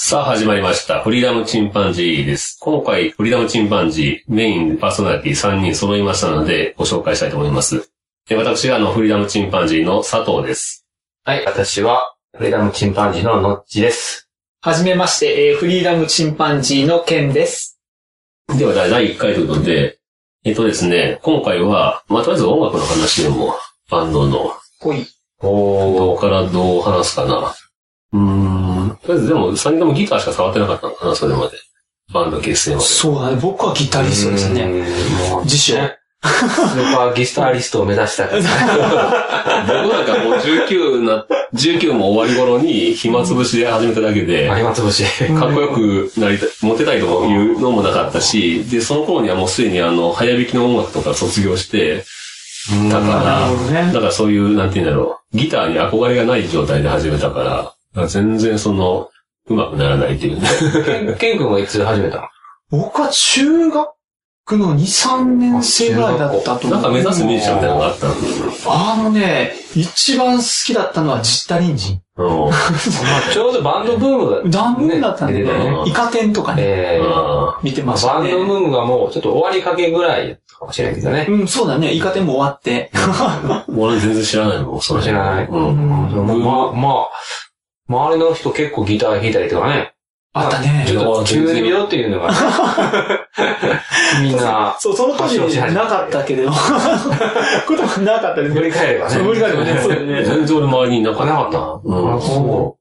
さあ始まりました。フリーダムチンパンジーです。今回、フリーダムチンパンジーメインパーソナリティ3人揃いましたので、ご紹介したいと思います。私がフリーダムチンパンジーの佐藤です。 はい、私は、フリーダムチンパンジーのノッチです。 はじめまして、フリーダムチンパンジーのケンです。 では、第1回ということで、ですね、今回は、とりあえず音楽の話でも、バンドの。 ほい。 どうからどう話すかな。とりあえずでも、3人ともギターしか触ってなかったのかな、それまで。バンド結成まで。 そうだね、僕はギタリストですね。自称。 僕はギタリストを目指したから。 僕なんかもう19も終わり頃に暇つぶしで始めただけで、 暇つぶし。 かっこよくなりたい、モテたいというのもなかったし、で、その頃にはもうすでに早弾きの音楽とか卒業して、だからそういう、なんて言うんだろう、ギターに憧れがない状態で始めたから、全然上手くならないっていうね。 ケン君はいつ始めたの？ 僕は中学の2、3年生ぐらいだったと思う。 なんか目指すミュージシャンみたいなのがあったの一番好きだったのはジッタリンジン。 ちょうどバンドブームだったんでね。イカ天とかね。見てましたね。 バンドブームがもうちょっと終わりかけぐらいかもしれないけどね。 うん、そうだね。イカ天も終わって。 俺全然知らないの、それ。 知らない。周りの人結構ギター弾いたりとかね。 あったね。 ちょっと中二病っていうのが、みんな。 そう、その当時なかったけれど。こともなかったです。 振り返ればね。 振り返ればね。 全然俺周りになかった。 なかった。 そう。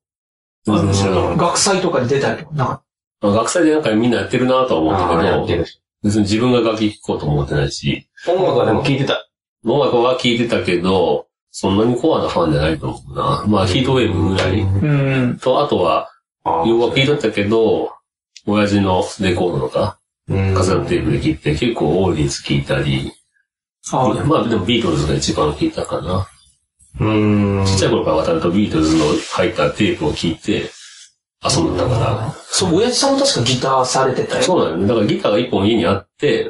全然知らなかった。 学祭とかに出たりとかなかった。 学祭でなんかみんなやってるなとは思ったけど、別に自分が楽器聴こうと思ってないし。 音楽はでも聴いてた。 音楽は聴いてたけど、そんなにコアなファンじゃないと思うな。ヒートウェーブぐらい。と、あとは、洋楽聴いとったけど、親父のレコードとか、カセットテープで聴いて、結構オーディーズ聴いたり、でもビートルズが一番聴いたかな。ちっちゃい頃から渡るとビートルズの入ったテープを聴いて遊んだから。 そう、親父さんも確かギターされてたよ。 そうなんだね。だからギターが一本家にあって、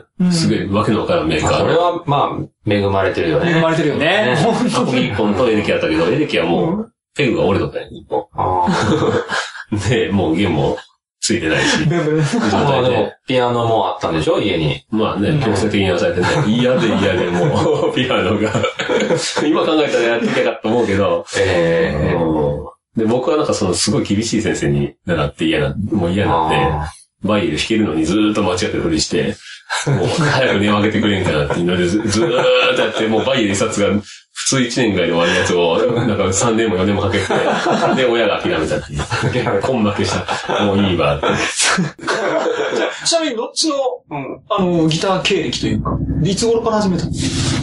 すげえわけのわからんメーカー。 それは恵まれてるよね。 恵まれてるよね。 過去に一本とエレキあったけど、エレキはもう、ペグが折れとったよ、一本。で、もう弦もついてないし。 でも、ピアノもあったんでしょ家に。 強制的にやらされてね。嫌でもう、ピアノが。今考えたらやってきたかと思うけど。で、僕はなんかすごい厳しい先生に習って嫌になって、バイエル弾けるのにずーっと間違ってるふりして、もう早く電話上げてくれんかなっていうのでずーっとやって、もうバイエル一冊が普通1年ぐらいで終わるやつを、なんか3年も4年もかけて、で、親が諦めたっていう。根負けした。もういいわって。 ちなみにどっちの、ギター経歴というか、いつ頃から始めた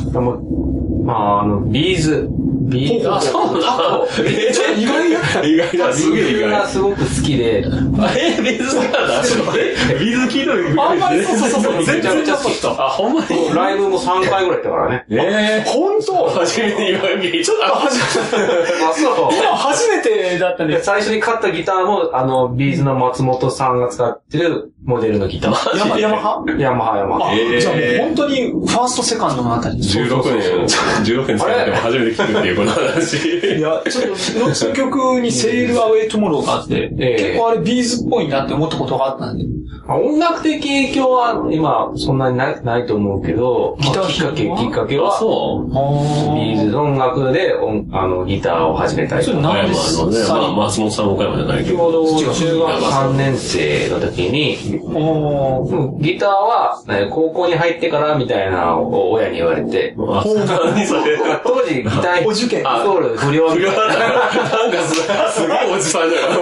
のビーズ。 そうだ。意外だ。すげえ意外。 ビーズがすごく好きで。 ビーズ好きなんだ。ビーズ聞いとる。 あんまりそう。 全然なかった。 あ、ほんまにライブも3回ぐらい行ったからね。 ほんと初めてちょっと初めてだったね。 最初に買ったギターも、ビーズの松本さんが使ってるモデルのギター。 ヤマハ。 じゃあもう本当にファーストセカンドのあたり。 16年使っても初めて聞くっていうこの話。 いや、ちょっと、のつ曲にセールアウェイトゥモローがあって、結構あれビーズっぽいなって思ったことがあったんで。 音楽的影響は今そんなにないと思うけど、 ギターきっかけは、ビーズの音楽でギターを始めたりとか。 岡山のね、松本さん岡山じゃないけど。 ちょうど中学3年生の時に、ギターは、高校に入ってからみたいなのを親に言われて、当時ギターお受験。 そう、不良だった。 なんかすげえおじさんじゃん。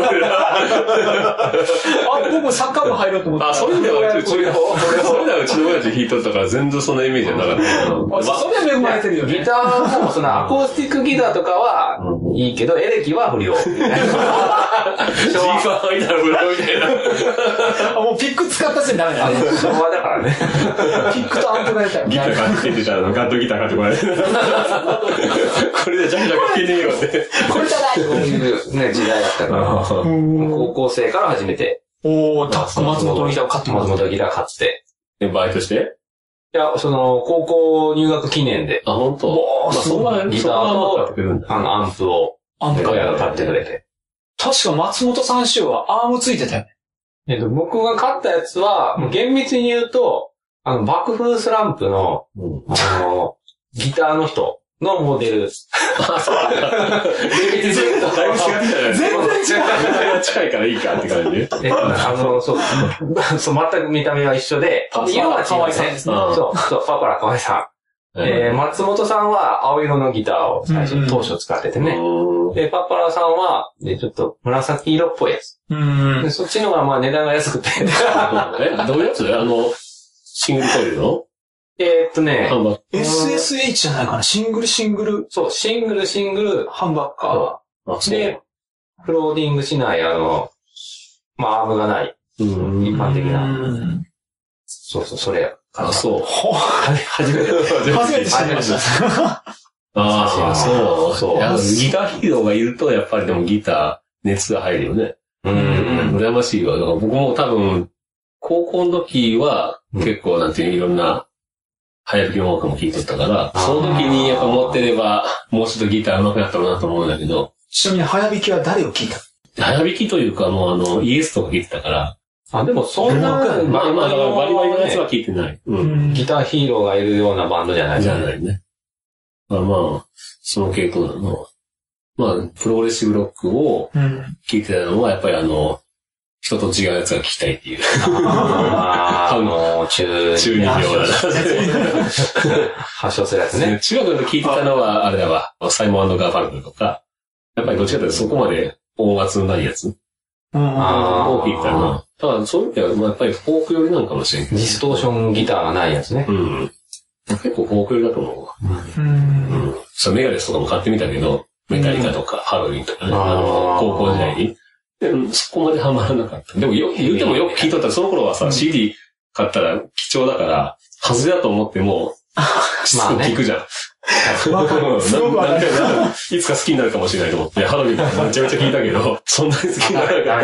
僕もサッカー部入ろうと思って。 そういうのはうちの親父弾いとったから全然そんなイメージはなかったけど。 それは恵まれてるよね。 ギターもアコースティックギターとかはいいけど、エレキは不良。ジーファンみたいな不良みたいな。 もうピック使ったせダメだね。 昭和だからね。 ピックとアンプが出たら。 ギター買ってたらガットギター買ってこられて。これでジャキジャキ弾けねえよって。 これじゃない。 そういうね、時代だったから。高校生から始めて。 松本のギターを買って松本のギター買って。 バイトして？ いや、高校入学記念で。 あ、本当。 ギターと、アンプを、親が買ってくれて。 確か松本さん仕様はアームついてたよね。 僕が買ったやつは、厳密に言うと、爆風スランプの、ギターの人のモデル。 厳密に言うと、だいぶ違ってたじゃないですか。全然近いからいいかって感じ。 そう、全く見た目は一緒で、色は違うね。そう、パパラ河合さん。松本さんは青色のギターを最初、当初使っててね。で、パパラさんは、ちょっと紫色っぽいやつ。でそっちの方が値段が安くて。 どういうやつシングルコイルの SSH じゃないかな。シングル。 そう、シングル。 ハンバッカー。で、フローディングしない、アームがない。一般的な。そう、それ。 そう。 初めて知りました。 そう。ギターヒーローがいると、やっぱりでもギター、熱が入るよね。羨ましいわ。だから僕も多分、高校の時は、結構なんていういろんな、流行りの音楽も聴いとったから、その時にやっぱ持ってれば、もうちょっとギター上手くなったろうなと思うんだけど。 ちなみに、早弾きは誰を聴いた？ 早弾きというか、もうイエスとか聴いてたから。 でもそんな、 バリバリのやつは聴いてない。 ギターヒーローがいるようなバンドじゃないじゃないね。まあ、その系統なの。まあ、プログレッシブロックを聴いてたのは、やっぱり人と違うやつが聴きたいっていう。 中二病だな。 発症するやつね。 中学の聴いてたのは、あれだわ、サイモン&ガーファルクルとか、やっぱりどっちかというとそこまで音圧のないやつを聴いてたな。ただ、そういう意味では、やっぱりフォーク寄りなのかもしれんけど。 ディストーションギターがないやつね。 結構フォーク寄りだと思うわ。そう、メガレスとかも買ってみたけど、メタリカとか、ハロウィンとかね、高校時代に。そこまでハマらなかった。でも言うてもよく聞いとったら、その頃はさ、CD 買ったら貴重だから、外れだと思っても、聞くじゃん。いつか好きになるかもしれないと思って、ハロウィンめちゃめちゃ聞いたけど、そんなに好きになるから、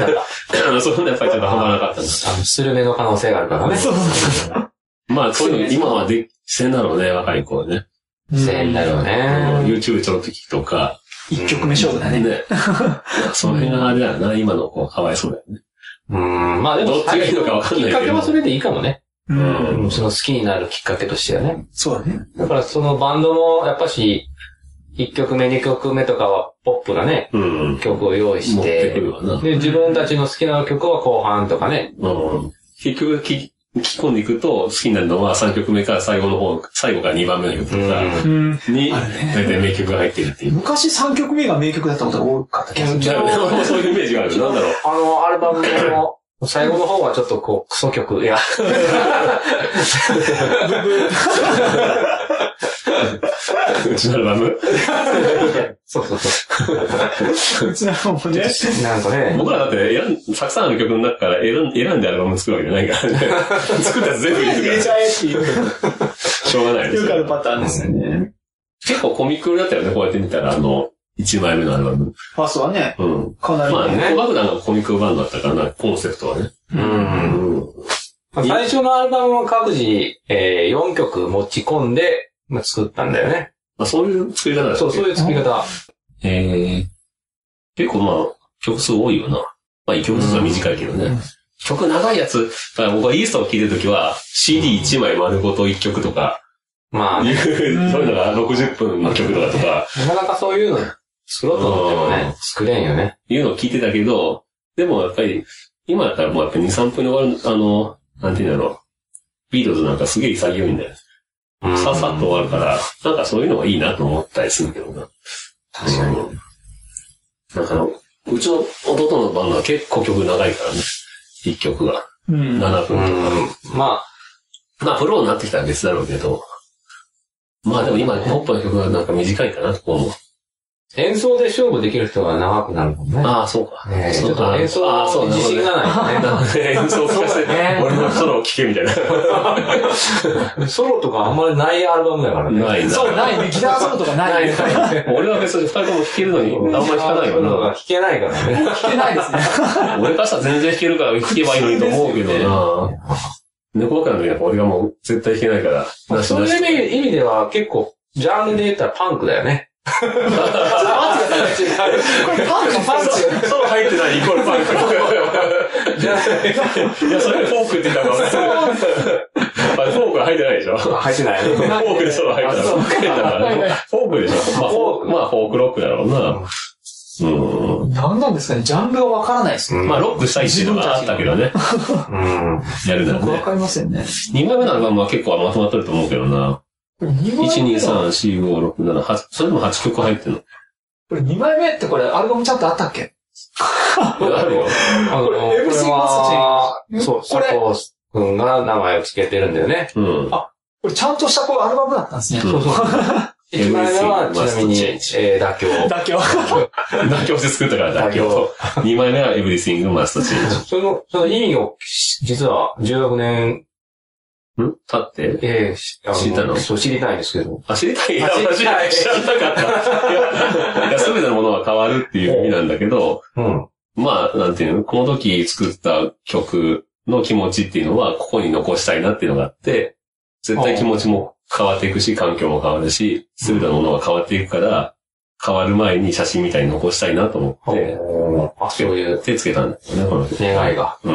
そんなやっぱりちょっとハマらなかったんだ。 スルメの可能性があるからね。 まあ、そういうの今はしてんだろうね、若い子はね。 してんだろうね。 YouTube ちょろっと聞くとか、 一曲目勝負だね。 その辺があれだよな、今の子かわいそうだよね。 まあでも、 どっちがいいのかわかんないけど。 きっかけはそれでいいかもね。その好きになるきっかけとしてはね。 そうだね。 だからそのバンドも、やっぱし、1曲目、2曲目とかはポップなね、曲を用意して、で、自分たちの好きな曲は後半とかね。 結局聞き込んでいくと好きになるのは3曲目から最後から2番目の曲とかに、大体名曲が入ってるっていう。 昔3曲目が名曲だったことが多かった気がする。 そういうイメージがある。なんだろう。 アルバムの最後の方はちょっとこう、クソ曲。いや。 うちのアルバムそう。 うちのアルバムね。 なんかね。 僕らだってたくさんある曲の中から選んでアルバム作るわけじゃないからね。作ったやつ全部入れるから。 入れちゃえっていう。 しょうがないです。 よくあるパターンですよね。 結構コミックだったよね、こうやって見たら、1枚目のアルバム。 ファーストはね。かなり。 まあね、爆弾がコミックバンドだったからな、コンセプトはね。 最初のアルバムは各自、4曲持ち込んで、作ったんだよね。 そういう作り方だよね。 そういう作り方。 結構まあ、曲数多いよな。まあ、1曲ずつは短いけどね。曲長いやつ、僕はイーストを聴いてるときは、CD1 枚丸ごと1曲とか、まあ、そういうのが60分の曲とかとか。 なかなかそういうの作ろうと思ってもね、作れんよね。 いうのを聞いてたけど、でもやっぱり、今だったらもうやっぱり2、3分で終わる、なんていうんだろう。ビートルズなんかすげえ潔いんだよ。さっさっと終わるから、なんかそういうのがいいなと思ったりするけどな。 確かに。 なんかうちの弟のバンドは結構曲長いからね。1曲が。7分とか。まあ、プロになってきたら別だろうけど。まあでも今、ポップの曲はなんか短いかなと思う。 演奏で勝負できる人が長くなるもんね。 ああ、そうか。 ちょっと演奏は自信がないね。 演奏聞かせて、俺のソロを聴けみたいな。ソロとかあんまりないアルバムだからね。 ないな。 そう、ないね。ギターソロとかないね。 俺は別に2人とも弾けるのに、あんまり弾かないよな。 弾けないからね。 弾けないですね。 俺からしたら全然弾けるから弾けばいいのにと思うけどな。猫ばっかの時は俺がもう絶対弾けないから。 そういう意味では結構、ジャンルで言ったらパンクだよね。 ちょっと待ってください。これパンクパンチ。 ソロ入ってないイコールパンク。いや、それフォークって言ったから。フォークは入ってないでしょ？ 入ってない。フォークでソロ入ったら、フォークでしょ？まあ、フォークロックだろうな。 何なんですかね、ジャンルがわからないですね。 まあ、ロックしたいっていうのがあったけどね。やるならね。 わかりませんね。 2枚目のアルバムは結構まとまってると思うけどな。1、2、3、4、5、6、7、8、それでも8曲入ってるの。 これ2枚目ってこれアルバムちゃんとあったっけ？ あるよ。 エブリシングマスチン。そう、佐藤くんが名前を付けてるんだよね。 あ、これちゃんとしたこうアルバムだったんですね。 そうそう。1枚目はちなみに、妥協。 妥協。 妥協して作ったから妥協。2枚目は Everything Must Change。 その意味を、実は16年、 経って知ったの？ そう、知りたいんですけど。 知りたい？知らなかった。いや、すべてのものは変わるっていう意味なんだけど、まあ、なんていうの、この時作った曲の気持ちっていうのは、ここに残したいなっていうのがあって、絶対気持ちも変わっていくし、環境も変わるし、すべてのものが変わっていくから、変わる前に写真みたいに残したいなと思って、そういう手つけたんだよね、この願いが。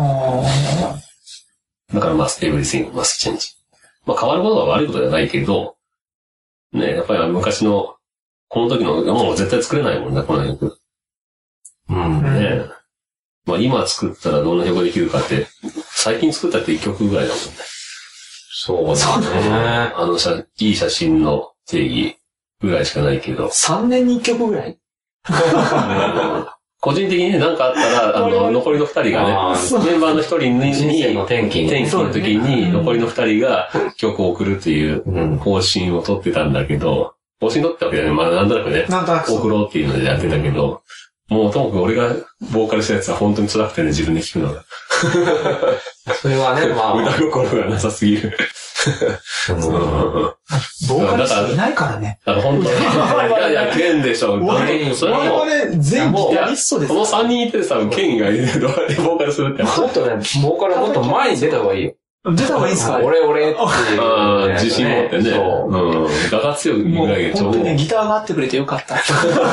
だからまあ、everything must change。まあ変わることが悪いことではないけど、ね、やっぱり昔の、この時の、もう絶対作れないもんね、この曲。ね。まあ今作ったらどんな曲ができるかって、最近作ったって1曲ぐらいだもんね。そうだね。いい写真の定義ぐらいしかないけど。 3年に1曲ぐらい個人的にね、なんかあったら、残りの2人がね、メンバーの1人に、 人生の転機の時に、残りの2人が曲を送るっていう方針を取ってたんだけど、方針取ったわけだよね。まあなんとなくね、送ろうっていうのでやってたけど、もうともかく俺がボーカルしたやつは本当に辛くてね、自分で聴くのが。 それはね、まあ。 歌心がなさすぎる。 ボーカルしていないからね。 本当に。いや、ケンでしょ。 それはね、全ギタリストです。 この3人いてさ、ケンがいるどうやってボーカルするって。 もっとね、ボーカルもっと前に出た方がいいよ。 出た方がいいんですか？ 俺っていう。 自信持ってね。我が強いぐらいがちょうど。 本当にね、ギターがあってくれてよかった。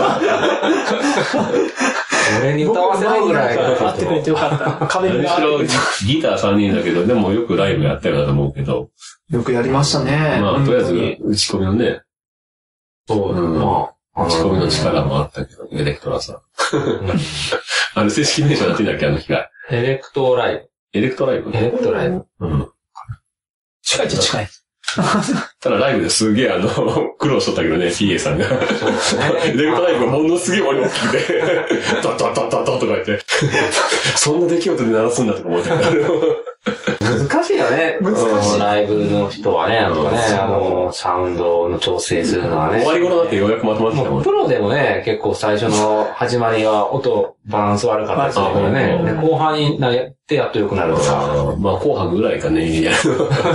俺に歌わせないぐらいあってくれてよかった。壁に。 むしろギター3人だけど、でもよくライブやったようだと思うけど。 よくやりましたね。 まあ、とりあえず、打ち込みのね。 そう、まあ。打ち込みの力もあったけど、エレクトラさん。正式名称やってんだっけ、あの機械。 エレクトライブ。 エレクトライブ？ エレクトライブ。 近いっちゃ近い。 ただライブですげえ苦労しとったけどね、PA さんが。エレクトライブがものすげえ大きくて、ドッドッドッドッドッとか言って、そんな出来事で鳴らすんだとか思って。 難しいよね。難しい。ライブの人はね、なんかね、サウンドの調整するのはね。 終わり頃になってようやくまとまってたもん。 プロでもね、結構最初の始まりは音、バランス悪かったりするからね。後半になってやっと良くなるとか。 まあ、紅白ぐらいかね、みたいな。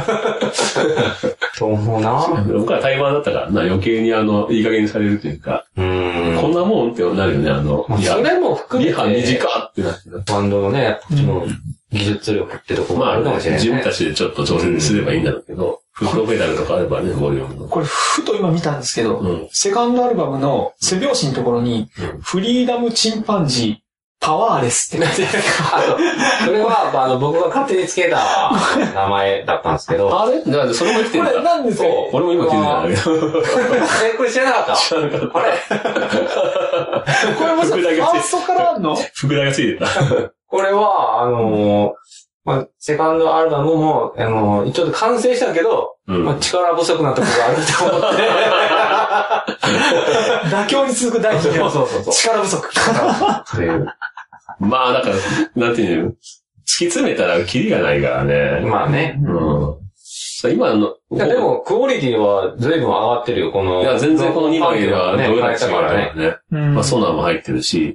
と思うな。 僕は対バンだったからな、余計にいい加減にされるというか。こんなもんってなるよね、 いや、それも含めて。 リハ2時かってなってバンドのね、こっちの技術力ってとこもあるかもしれない、ね。 自分たちでちょっと調整すればいいんだろうけど、フットペダルとかあればね、ボリュームの。 これ、ふと今見たんですけど、セカンドアルバムの背拍子のところに、フリーダムチンパンジー、パワーレスって書いてある。 それは、僕が勝手につけた名前だったんですけど。 あれだからそれも生きてるんだ。 これなんですか？ 俺も今気づいたんだけど。 これ知らなかった？ 知らなかった。 あれこれもさ、ファーストからあんの？ 福田がついてた。 これは、セカンドアルバムも、ちょっと完成したけど、力不足なところがあると思って。 妥協に続く大事なそう。 力不足。 まあ、だから、なんていうの、突き詰めたらキリがないからね。 まあね。 今の。 でも、クオリティは随分上がってるよ、この。 いや、全然この2枚ではどうやって違うからね。まあ、ソナーも入ってるし。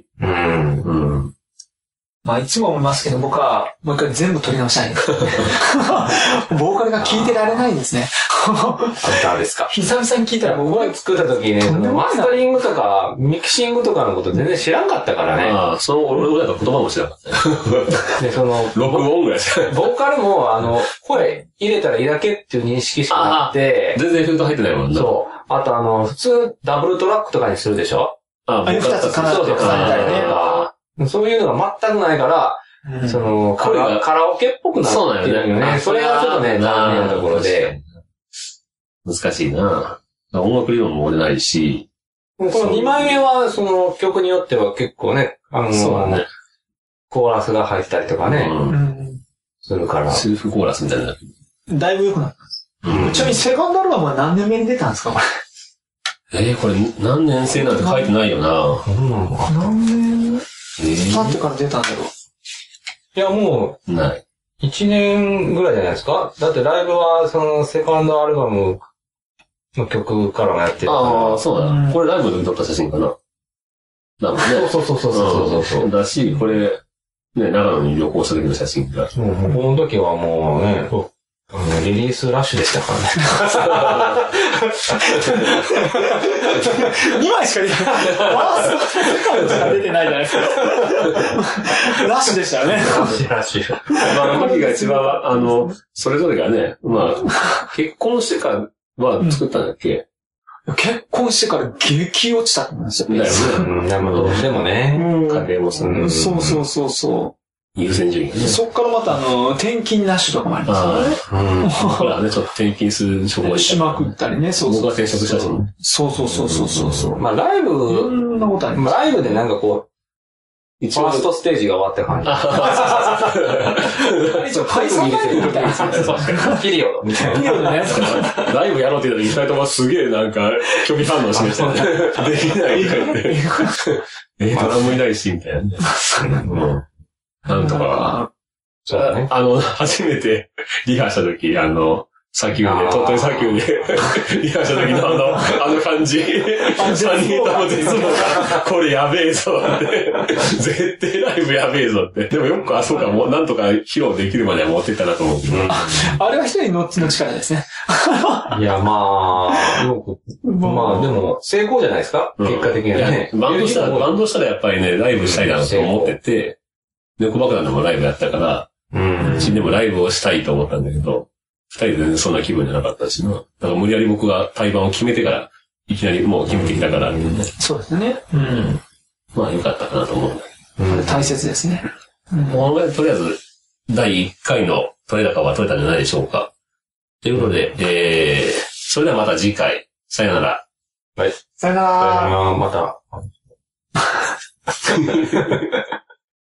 まあ、いつも思いますけど、僕はもう一回全部撮り直したいんです。ボーカルが聴いてられないんですね。 誰ですか？ 久々に聴いたらもう僕が作った時ね、マスタリングとか、ミキシングとかのこと全然知らんかったからね。 俺なんか言葉も知らなかったね。で、録音ぐらいしか。 ボーカルも、声入れたらいいだけっていう認識しかなくて。 全然フード入ってないもんな。 そう。 あと普通ダブルトラックとかにするでしょ？ あ、2つ必ず重ねたりね。 そういうのが全くないから、カラオケっぽくなってるよね。それがちょっとね、残念なところで。 難しいな。音楽理論も出ないし。 この2枚目は、曲によっては結構ね、 そうだね。 コーラスが入ったりとかね、するから。 セルフコーラスみたいな。 だいぶ良くなった。ちなみにセカンドアルバムは何年目に出たんですか、これ。これ何年生なんて書いてないよな。 何年経ってから出たんだろう。 いや、もう、 ない。 1年ぐらいじゃないですか？だってライブは、セカンドアルバムの曲からもやってるから。 ああ、そうだ。これライブで撮った写真かな。だもんね。 そう。 だし、これ、ね、長野に旅行した時の写真が。 この時はもうね、リリースラッシュでしたからね。 2枚しか出てない。ワーストセカンドしか出てないじゃないですか。ラッシュでしたよね。 ラッシュ。 あの時が一番、それぞれがね、まあ、結婚してからは作ったんだっけ？ 結婚してから激落ちたって言うんですよ。 だよね。 どうしてもね。 家庭もそう。 優先順位がね。 そっからまた転勤ラッシュとかもありますよね。 ほらね、ちょっと転勤する職しまくったりね。 僕が転職したし。 そう。 まあライブ、 いろんなことあります。 ライブでなんかこう、ファーストステージが終わった感じ。 一応解散ライブみたいな。 ピリオドみたいな。 ライブやろうって言った時、二人ともすげえなんか、拒否反応しましたね。できないとか言って。ドラムいないし、みたいな。なんとか。初めてリハした時、砂丘で、鳥取砂丘で、リハした時のあの感じ。3人とも絶望が、これやべえぞって。絶対ライブやべえぞって。でもよく、そうか、もうなんとか披露できるまでは持ってったなと思うけど。 あれは一人の力ですね。 いや、まあ、でも、成功じゃないですか？結果的にはね。 バンドしたらやっぱりね、ライブしたいなと思ってて、猫爆弾でもライブやったから、うちでもライブをしたいと思ったんだけど、二人で全然そんな気分じゃなかったしな。だから無理やり僕が対バンを決めてから、いきなりもう決めてきたから。 そうですね。 まあよかったかなと思うんだけど。大切ですね。 とりあえず、第1回の取れ高は取れたんじゃないでしょうか。ということで、それではまた次回。さよなら。 はい。 さよなら。 また。